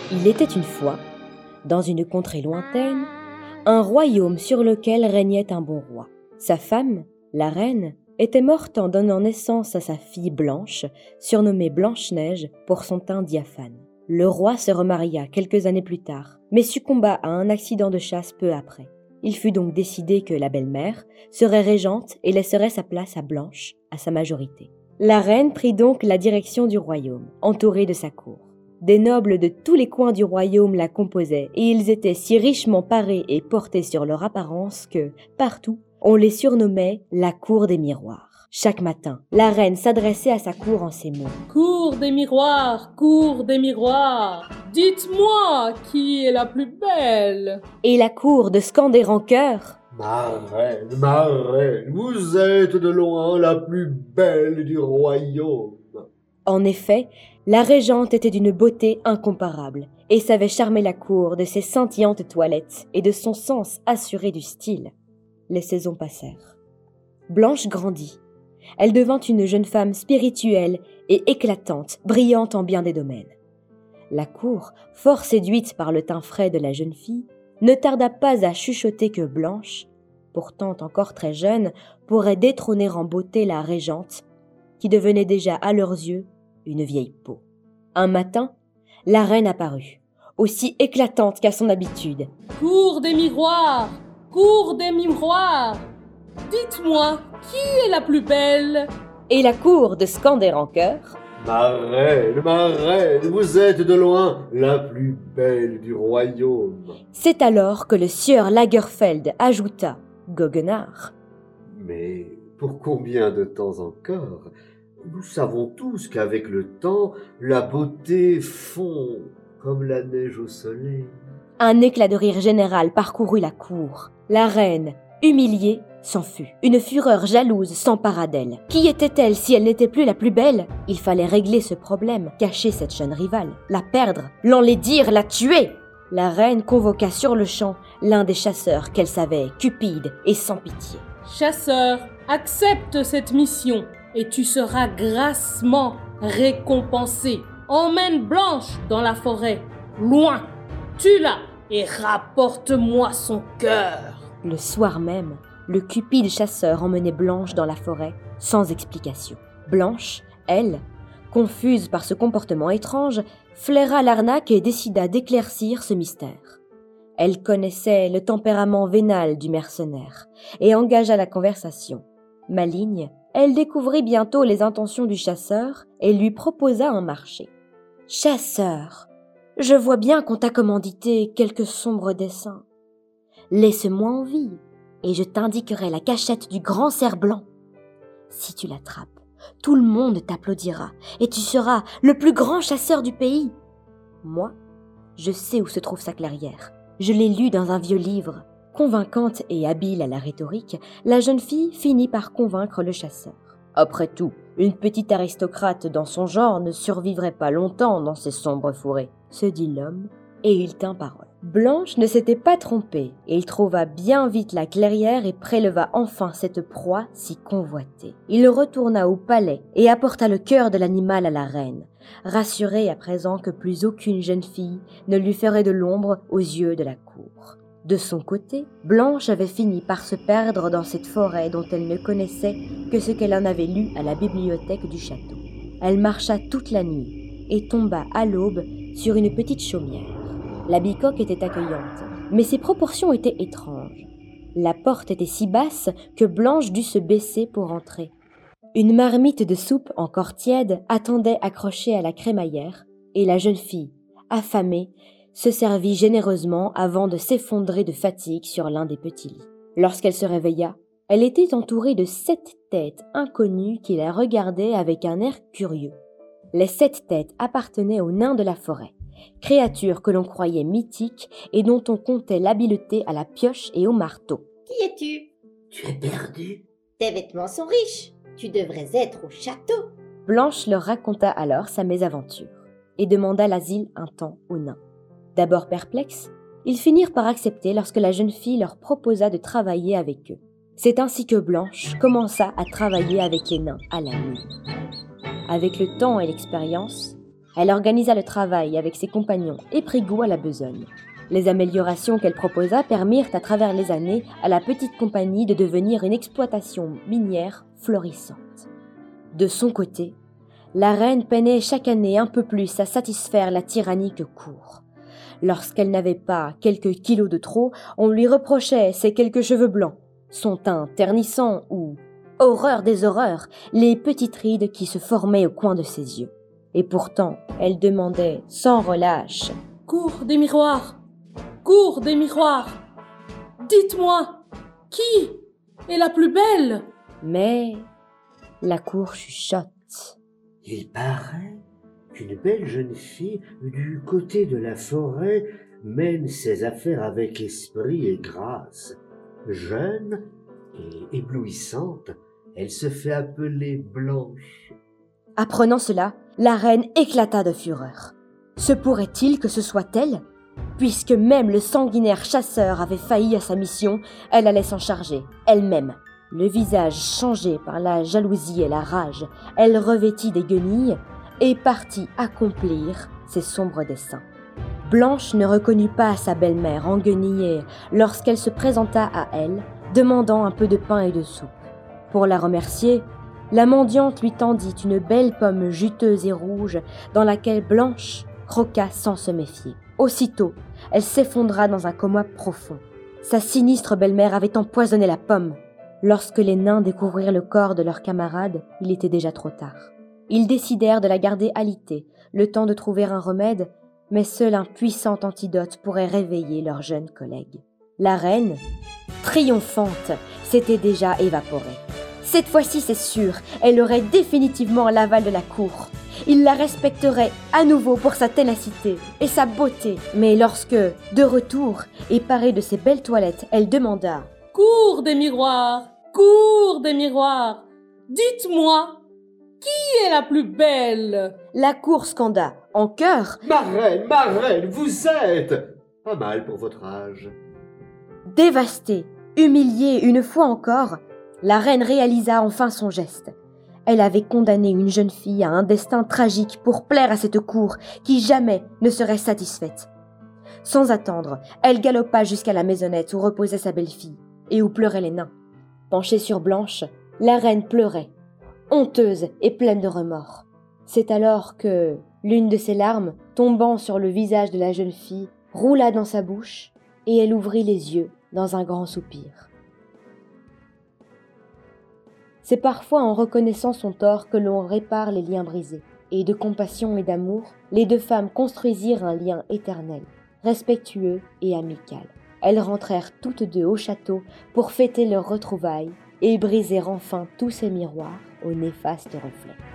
Il était une fois, dans une contrée lointaine, un royaume sur lequel régnait un bon roi. Sa femme, la reine, était morte en donnant naissance à sa fille Blanche, surnommée Blanche-Neige pour son teint diaphane. Le roi se remaria quelques années plus tard, mais succomba à un accident de chasse peu après. Il fut donc décidé que la belle-mère serait régente et laisserait sa place à Blanche, à sa majorité. La reine prit donc la direction du royaume, entourée de sa cour. Des nobles de tous les coins du royaume la composaient, et ils étaient si richement parés et portés sur leur apparence que, partout, on les surnommait la cour des miroirs. Chaque matin, la reine s'adressait à sa cour en ces mots. « Cour des miroirs, dites-moi qui est la plus belle ?» Et la cour de scander en chœur. « Ma reine, vous êtes de loin la plus belle du royaume. » En effet, la régente était d'une beauté incomparable et savait charmer la cour de ses scintillantes toilettes et de son sens assuré du style. Les saisons passèrent. Blanche grandit. Elle devint une jeune femme spirituelle et éclatante, brillante en bien des domaines. La cour, fort séduite par le teint frais de la jeune fille, ne tarda pas à chuchoter que Blanche, pourtant encore très jeune, pourrait détrôner en beauté la régente, qui devenait déjà à leurs yeux une vieille peau. Un matin, la reine apparut, aussi éclatante qu'à son habitude. « Cour des miroirs, dites-moi qui est la plus belle ?» Et la cour de scander en chœur. « Ma reine, vous êtes de loin la plus belle du royaume. » C'est alors que le sieur Lagerfeld ajouta, goguenard. « Mais pour combien de temps encore ? Nous savons tous qu'avec le temps, la beauté fond comme la neige au soleil. » Un éclat de rire général parcourut la cour. La reine, humiliée, s'en fut. Une fureur jalouse s'empara d'elle. Qui était-elle si elle n'était plus la plus belle ? Il fallait régler ce problème, cacher cette jeune rivale, la perdre, l'enlaidir, la tuer. La reine convoqua sur-le-champ l'un des chasseurs qu'elle savait cupide et sans pitié. « Chasseur, accepte cette mission et tu seras grassement récompensé. Emmène Blanche dans la forêt, loin, tue-la et rapporte-moi son cœur. » Le soir même, le cupide chasseur emmenait Blanche dans la forêt, sans explication. Blanche, elle, confuse par ce comportement étrange, flaira l'arnaque et décida d'éclaircir ce mystère. Elle connaissait le tempérament vénal du mercenaire et engagea la conversation. Maligne, elle découvrit bientôt les intentions du chasseur et lui proposa un marché. « Chasseur, je vois bien qu'on t'a commandité quelques sombres desseins. Laisse-moi en vie, et je t'indiquerai la cachette du grand cerf blanc. Si tu l'attrapes, tout le monde t'applaudira, et tu seras le plus grand chasseur du pays. Moi, je sais où se trouve sa clairière. Je l'ai lu dans un vieux livre. » Convaincante et habile à la rhétorique, la jeune fille finit par convaincre le chasseur. Après tout, une petite aristocrate dans son genre ne survivrait pas longtemps dans ces sombres forêts, se dit l'homme, et il tint parole. Blanche ne s'était pas trompée, et il trouva bien vite la clairière et préleva enfin cette proie si convoitée. Il retourna au palais et apporta le cœur de l'animal à la reine, rassurée à présent que plus aucune jeune fille ne lui ferait de l'ombre aux yeux de la cour. De son côté, Blanche avait fini par se perdre dans cette forêt dont elle ne connaissait que ce qu'elle en avait lu à la bibliothèque du château. Elle marcha toute la nuit et tomba à l'aube sur une petite chaumière. La bicoque était accueillante, mais ses proportions étaient étranges. La porte était si basse que Blanche dut se baisser pour entrer. Une marmite de soupe encore tiède attendait accrochée à la crémaillère, et la jeune fille, affamée, se servit généreusement avant de s'effondrer de fatigue sur l'un des petits lits. Lorsqu'elle se réveilla, elle était entourée de 7 têtes inconnues qui la regardaient avec un air curieux. Les 7 têtes appartenaient aux nains de la forêt, créatures que l'on croyait mythiques et dont on comptait l'habileté à la pioche et au marteau. « Qui es-tu ? Tu es perdu ? Tes vêtements sont riches. Tu devrais être au château. » Blanche leur raconta alors sa mésaventure et demanda l'asile un temps aux nains. D'abord perplexes, ils finirent par accepter lorsque la jeune fille leur proposa de travailler avec eux. C'est ainsi que Blanche commença à travailler avec les nains à la nuit. Avec le temps et l'expérience, Elle organisa le travail avec ses compagnons et prit goût à la besogne. Les améliorations qu'elle proposa permirent à travers les années à la petite compagnie de devenir une exploitation minière florissante. De son côté, la reine peinait chaque année un peu plus à satisfaire la tyrannique cour. Lorsqu'elle n'avait pas quelques kilos de trop, on lui reprochait ses quelques cheveux blancs, son teint ternissant ou, horreur des horreurs, les petites rides qui se formaient au coin de ses yeux. Et pourtant, elle demandait sans relâche « Cour des miroirs! Cour des miroirs! Dites-moi, qui est la plus belle ?» Mais la cour chuchote. Il paraît qu'une belle jeune fille du côté de la forêt mène ses affaires avec esprit et grâce. Jeune et éblouissante, elle se fait appeler Blanche. Apprenant cela, la reine éclata de fureur. Se pourrait-il que ce soit elle ? Puisque même le sanguinaire chasseur avait failli à sa mission, elle allait s'en charger, elle-même. Le visage changé par la jalousie et la rage, elle revêtit des guenilles et partit accomplir ses sombres desseins. Blanche ne reconnut pas sa belle-mère enguenillée lorsqu'elle se présenta à elle, demandant un peu de pain et de soupe. Pour la remercier, la mendiante lui tendit une belle pomme juteuse et rouge dans laquelle Blanche croqua sans se méfier. Aussitôt, elle s'effondra dans un coma profond. Sa sinistre belle-mère avait empoisonné la pomme. Lorsque les nains découvrirent le corps de leur camarade, il était déjà trop tard. Ils décidèrent de la garder alitée, le temps de trouver un remède, mais seul un puissant antidote pourrait réveiller leur jeune collègue. La reine, triomphante, s'était déjà évaporée. Cette fois-ci, c'est sûr, elle aurait définitivement l'aval de la cour. Il la respecterait à nouveau pour sa ténacité et sa beauté. Mais lorsque, de retour, et parée de ses belles toilettes, elle demanda « Cour des miroirs! Cour des miroirs! Dites-moi, qui est la plus belle ?» La cour scanda, en chœur. Ma reine, vous êtes pas mal pour votre âge. Dévastée, humiliée une fois encore, la reine réalisa enfin son geste. Elle avait condamné une jeune fille à un destin tragique pour plaire à cette cour qui jamais ne serait satisfaite. Sans attendre, elle galopa jusqu'à la maisonnette où reposait sa belle-fille et où pleuraient les nains. Penchée sur Blanche, la reine pleurait, honteuse et pleine de remords. C'est alors que l'une de ses larmes, tombant sur le visage de la jeune fille, roula dans sa bouche et elle ouvrit les yeux dans un grand soupir. C'est parfois en reconnaissant son tort que l'on répare les liens brisés. Et de compassion et d'amour, les deux femmes construisirent un lien éternel, respectueux et amical. Elles rentrèrent toutes deux au château pour fêter leur retrouvaille et briser enfin tous ces miroirs aux néfastes reflets.